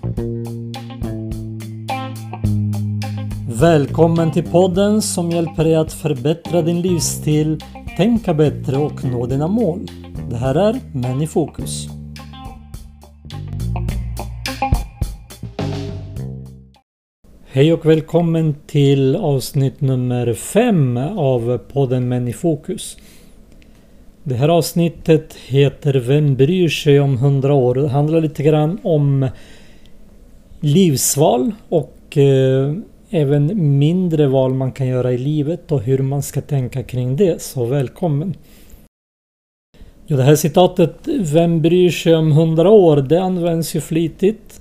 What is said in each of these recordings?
Välkommen till podden som hjälper dig att förbättra din livsstil, tänka bättre och nå dina mål. Det här är Män i fokus. Hej och välkommen till avsnitt nummer 5 av podden Män i fokus. Det här avsnittet heter Vem bryr sig om 100 år? Det handlar lite grann om livsval och även mindre val man kan göra i livet och hur man ska tänka kring det. Så välkommen! Ja, det här citatet Vem bryr sig om 100 år? Det används ju flitigt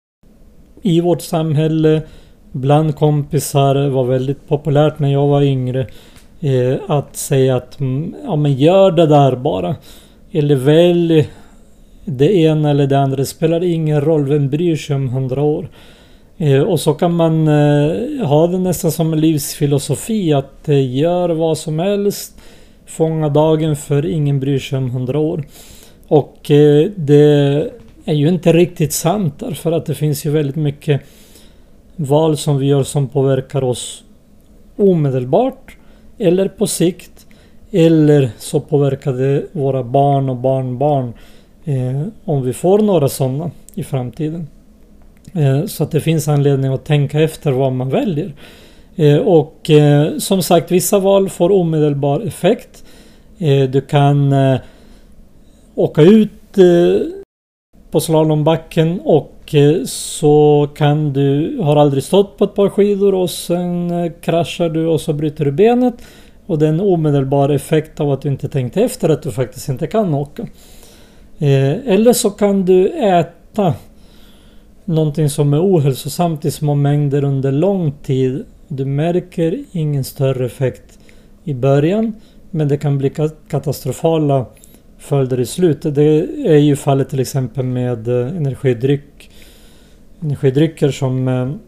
i vårt samhälle. Bland kompisar var väldigt populärt när jag var yngre att säga att ja, men gör det där bara. Eller välj det ena eller det andra. Det spelar ingen roll, vem bryr sig om 100 år? Och så kan man ha det nästan som en livsfilosofi att gör vad som helst, fånga dagen för ingen bryr sig om 100 år. Och det är ju inte riktigt sant därför att det finns ju väldigt mycket val som vi gör som påverkar oss omedelbart eller på sikt, eller så påverkar det våra barn och barnbarn om vi får några sådana i framtiden. Så att det finns anledning att tänka efter vad man väljer. Och som sagt, vissa val får omedelbar effekt. Du kan åka ut på slalombacken och så kan du har aldrig stått på ett par skidor och sen kraschar du och så bryter du benet. Och det är en omedelbar effekt av att du inte tänkte efter att du faktiskt inte kan åka. Eller så kan du äta någonting som är ohälsosamt i små mängder under lång tid. Du märker ingen större effekt i början, men det kan bli katastrofala följder i slutet. Det är ju fallet till exempel med energidrycker som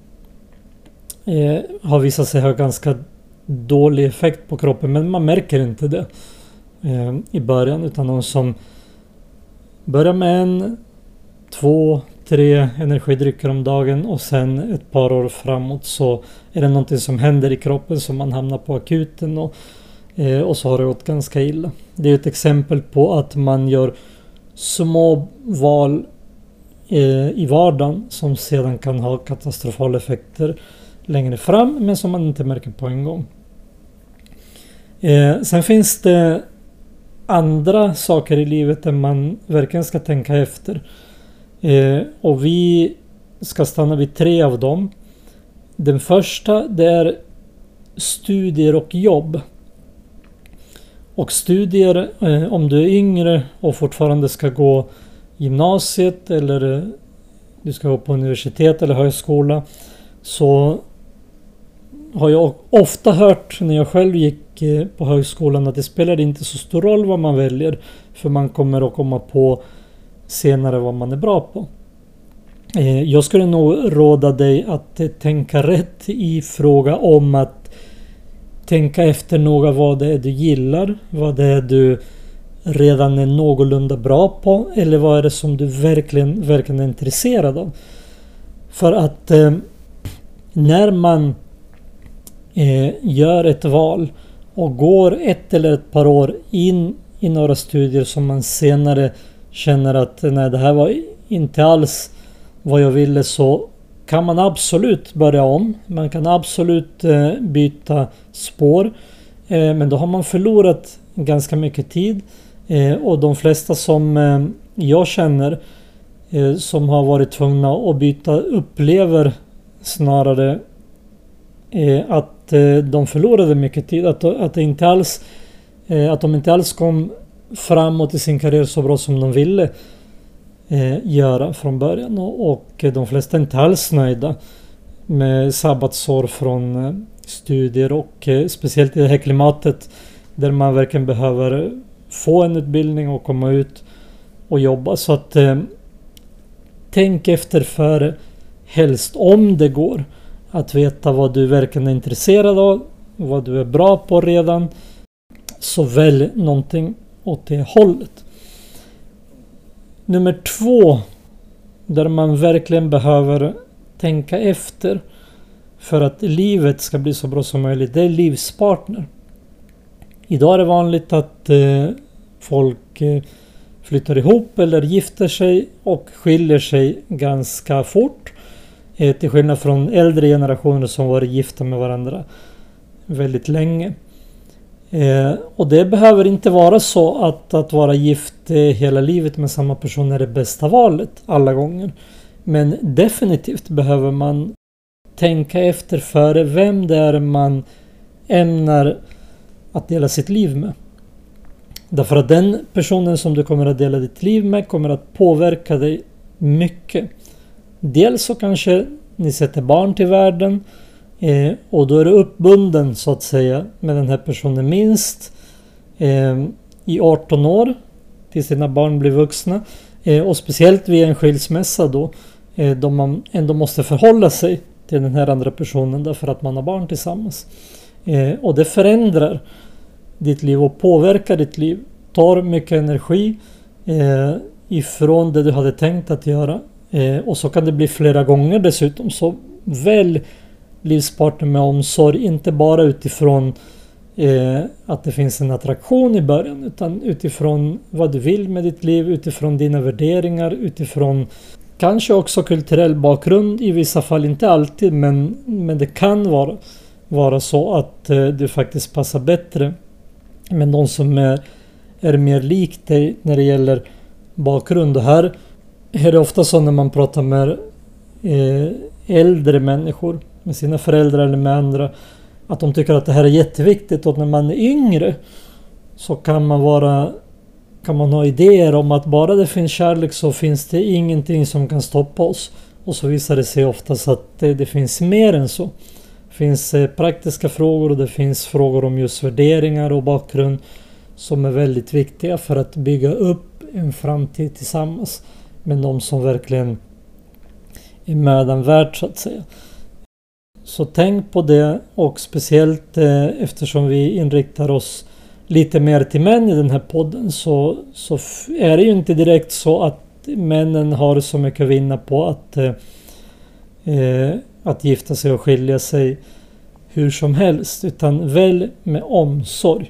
har visat sig ha ganska dålig effekt på kroppen, men man märker inte det i början, utan de som börjar med 1, 2, 3 energidrycker om dagen och sen ett par år framåt så är det någonting som händer i kroppen som man hamnar på akuten och så har det gått ganska illa. Det är ett exempel på att man gör små val i vardagen som sedan kan ha katastrofala effekter längre fram, men som man inte märker på en gång. Sen finns det andra saker i livet där man verkligen ska tänka efter. Och vi ska stanna vid 3 av dem. Den första, det är studier och jobb. Och studier, om du är yngre och fortfarande ska gå gymnasiet eller du ska gå på universitet eller högskola, så har jag ofta hört när jag själv gick på högskolan att det spelar inte så stor roll vad man väljer, för man kommer att komma på senare vad man är bra på. Jag skulle nog råda dig att tänka rätt i fråga om att tänka efter noga vad det är du gillar, vad det är du redan är någorlunda bra på, eller vad är det som du verkligen är intresserad av. För att när man gör ett val och går 1 eller ett par år in i några studier som man senare känner att nej, det här var inte alls vad jag ville, så kan man absolut börja om. Man kan absolut byta spår. Men då har man förlorat ganska mycket tid. Och de flesta som jag känner som har varit tvungna att byta upplever snarare att de förlorade mycket tid. Att de inte alls kom framåt i sin karriär så bra som de ville göra från början. Och de flesta är inte alls nöjda med sabbatsår från studier, och speciellt i det här klimatet där man verkligen behöver få en utbildning och komma ut och jobba. Så att tänk efter före, helst om det går, att veta vad du verkligen är intresserad av, vad du är bra på redan, så välj någonting åt det hållet. Nummer 2 där man verkligen behöver tänka efter för att livet ska bli så bra som möjligt, det är livspartner. Idag är det vanligt att folk flyttar ihop eller gifter sig och skiljer sig ganska fort. Till skillnad från äldre generationer som varit gifta med varandra väldigt länge. Och det behöver inte vara så att vara gift hela livet med samma person är det bästa valet alla gånger. Men definitivt behöver man tänka efter före vem det är man ämnar att dela sitt liv med. Därför att den personen som du kommer att dela ditt liv med kommer att påverka dig mycket. Dels så kanske ni sätter barn till världen och då är du uppbunden så att säga med den här personen minst i 18 år tills dina barn blir vuxna. Och speciellt vid en skilsmässa då man ändå måste förhålla sig till den här andra personen därför att man har barn tillsammans. Och det förändrar ditt liv och påverkar ditt liv. Tar mycket energi ifrån det du hade tänkt att göra. Och så kan det bli flera gånger dessutom. Så välj livspartner med omsorg. Inte bara utifrån att det finns en attraktion i början. Utan utifrån vad du vill med ditt liv. Utifrån dina värderingar. Utifrån kanske också kulturell bakgrund. I vissa fall inte alltid. Men det kan vara så att du faktiskt passar bättre med någon som är mer lik dig när det gäller bakgrund. Och här är det ofta så när man pratar med äldre människor, med sina föräldrar eller med andra, att de tycker att det här är jätteviktigt. Och när man är yngre så kan man ha idéer om att bara det finns kärlek så finns det ingenting som kan stoppa oss. Och så visar det sig oftast att det finns mer än så. Det finns praktiska frågor och det finns frågor om just värderingar och bakgrund som är väldigt viktiga för att bygga upp en framtid tillsammans med de som verkligen är mödan värd så att säga. Så tänk på det, och speciellt eftersom vi inriktar oss lite mer till män i den här podden så är det ju inte direkt så att männen har så mycket att vinna på att gifta sig och skilja sig hur som helst, utan välj med omsorg.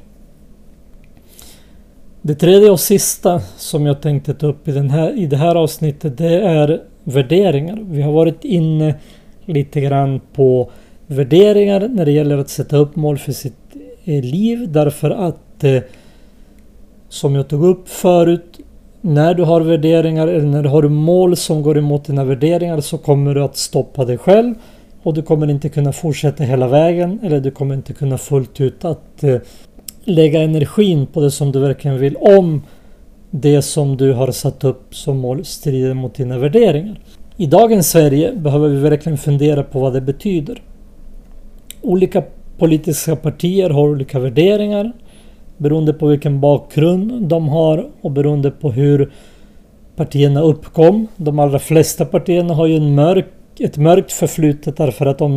Det tredje och sista som jag tänkte ta upp i det här avsnittet, det är värderingar. Vi har varit inne lite grann på värderingar när det gäller att sätta upp mål för sitt liv, därför att som jag tog upp förut, när du har värderingar eller när du har mål som går emot dina värderingar så kommer du att stoppa dig själv och du kommer inte kunna fortsätta hela vägen, eller du kommer inte kunna fullt ut att lägga energin på det som du verkligen vill, om det som du har satt upp som mål strider mot dina värderingar. I dagens Sverige behöver vi verkligen fundera på vad det betyder. Olika politiska partier har olika värderingar beroende på vilken bakgrund de har och beroende på hur partierna uppkom. De allra flesta partierna har ju ett mörkt förflutet därför att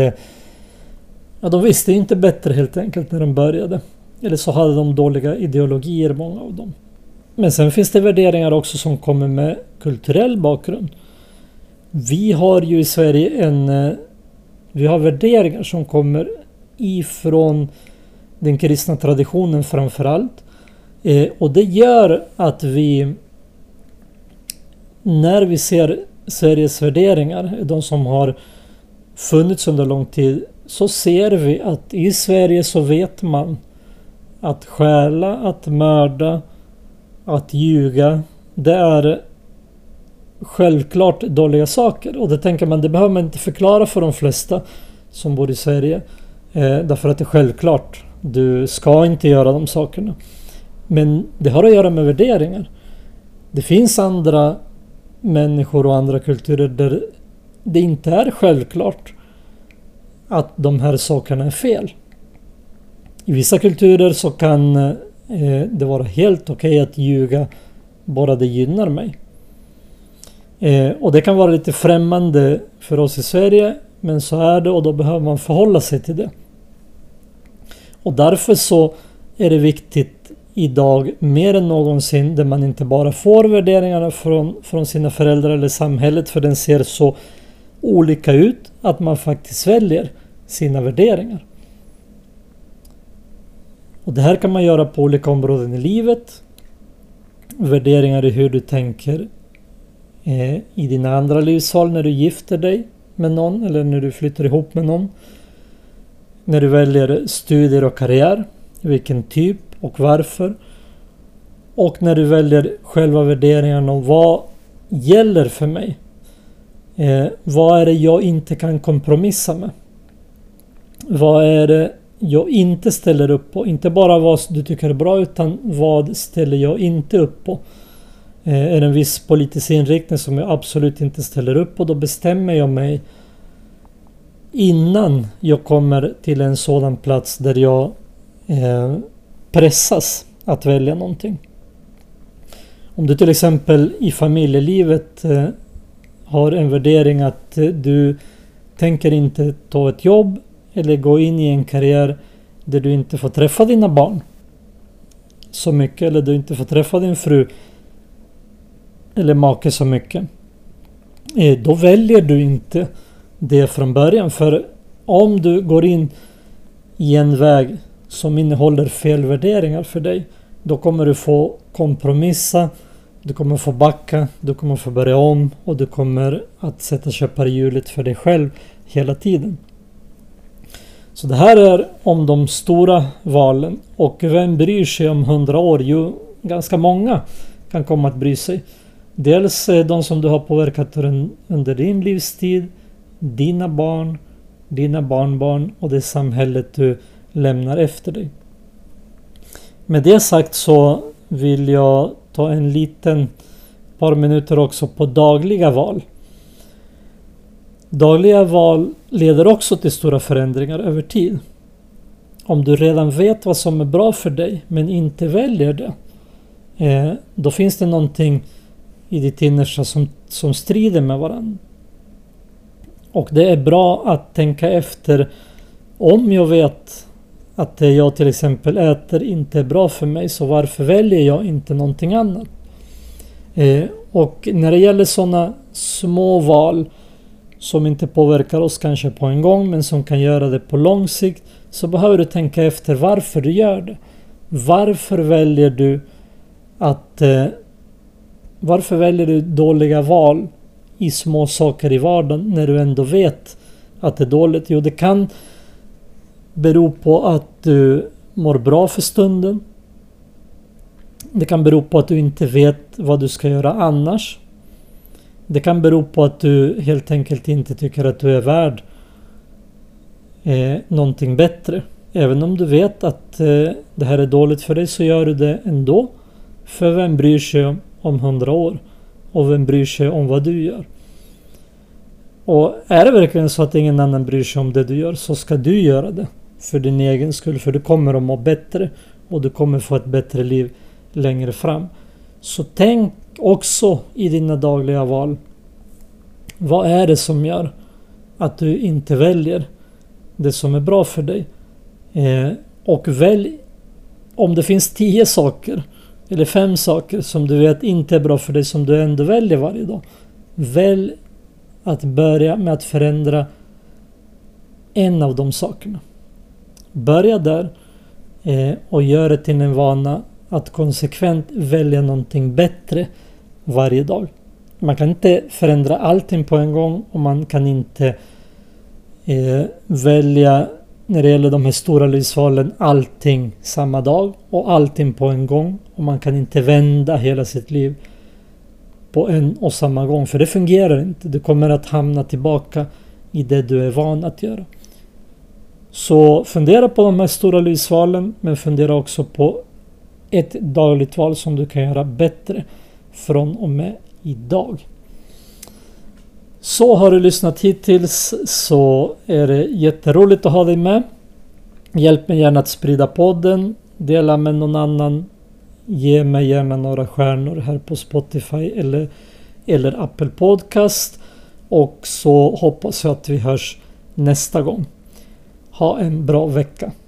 de visste inte bättre helt enkelt när de började. Eller så hade de dåliga ideologier, många av dem. Men sen finns det värderingar också som kommer med kulturell bakgrund. Vi har ju i Sverige vi har värderingar som kommer ifrån den kristna traditionen framförallt. Och det gör att när vi ser Sveriges värderingar, de som har funnits under lång tid, så ser vi att i Sverige så vet man att stjäla, att mörda, att ljuga, det är självklart dåliga saker. Och det tänker man, det behöver man inte förklara för de flesta som bor i Sverige. Därför att det är självklart. Du ska inte göra de sakerna. Men det har att göra med värderingar. Det finns andra människor och andra kulturer där det inte är självklart att de här sakerna är fel. I vissa kulturer så kan det vara helt okej att ljuga bara det gynnar mig. Och det kan vara lite främmande för oss i Sverige, men så är det, och då behöver man förhålla sig till det. Och därför så är det viktigt idag mer än någonsin, där man inte bara får värderingarna från sina föräldrar eller samhället, för den ser så olika ut, att man faktiskt väljer sina värderingar. Och det här kan man göra på olika områden i livet. Värderingar i hur du tänker i dina andra livsval, när du gifter dig med någon eller när du flyttar ihop med någon. När du väljer studier och karriär, vilken typ och varför. Och när du väljer själva värderingarna om vad gäller för mig. Vad är det jag inte kan kompromissa med? Vad är det jag inte ställer upp på? Inte bara vad du tycker är bra, utan vad ställer jag inte upp på? Är det en viss politisk inriktning som jag absolut inte ställer upp på, då bestämmer jag mig innan jag kommer till en sådan plats där jag pressas att välja någonting. Om du till exempel i familjelivet har en värdering att du tänker inte ta ett jobb eller gå in i en karriär där du inte får träffa dina barn så mycket, eller du inte får träffa din fru eller make så mycket, då väljer du inte det från början. För om du går in i en väg som innehåller fel värderingar för dig, då kommer du få kompromissa, du kommer få backa, du kommer få börja om, och du kommer att sätta käppar i hjulet för dig själv hela tiden. Så det här är om de stora valen. Och vem bryr sig om 100 år? Jo, ganska många kan komma att bry sig. Dels de som du har påverkat under din livstid, dina barn, dina barnbarn och det samhället du lämnar efter dig. Med det sagt så vill jag ta en liten par minuter också på dagliga val. Dagliga val leder också till stora förändringar över tid. Om du redan vet vad som är bra för dig men inte väljer det, då finns det någonting i ditt innersta som strider med varandra. Och det är bra att tänka efter, om jag vet att det jag till exempel äter inte är bra för mig, så varför väljer jag inte någonting annat? Och när det gäller sådana små val som inte påverkar oss kanske på en gång, men som kan göra det på lång sikt, så behöver du tänka efter varför du gör det. Varför väljer du dåliga val i små saker i vardagen när du ändå vet att det är dåligt? Jo, det kan bero på att du mår bra för stunden. Det kan bero på att du inte vet vad du ska göra annars. Det kan bero på att du helt enkelt inte tycker att du är värd någonting bättre. Även om du vet att det här är dåligt för dig, så gör du det ändå. För vem bryr sig om 100 år? Och vem bryr sig om vad du gör? Och är det verkligen så att ingen annan bryr sig om det du gör, så ska du göra det för din egen skull. För du kommer att må bättre och du kommer få ett bättre liv längre fram. Så tänk också i dina dagliga val. Vad är det som gör att du inte väljer det som är bra för dig? Och välj, om det finns 10 saker eller 5 saker som du vet inte är bra för dig, som du ändå väljer varje dag. Välj att börja med att förändra en av de sakerna. Börja där och gör det till en vana att konsekvent välja någonting bättre varje dag. Man kan inte förändra allting på en gång, och man kan inte välja, när det gäller de här stora livsvalen, allting samma dag och allting på en gång. Och man kan inte vända hela sitt liv på en och samma gång, för det fungerar inte. Du kommer att hamna tillbaka i det du är van att göra. Så fundera på de här stora livsvalen, men fundera också på ett dagligt val som du kan göra bättre från och med idag. Så har du lyssnat hittills, så är det jätteroligt att ha dig med. Hjälp mig gärna att sprida podden, dela med någon annan, ge mig gärna några stjärnor här på Spotify eller Apple Podcast. Och så hoppas jag att vi hörs nästa gång. Ha en bra vecka.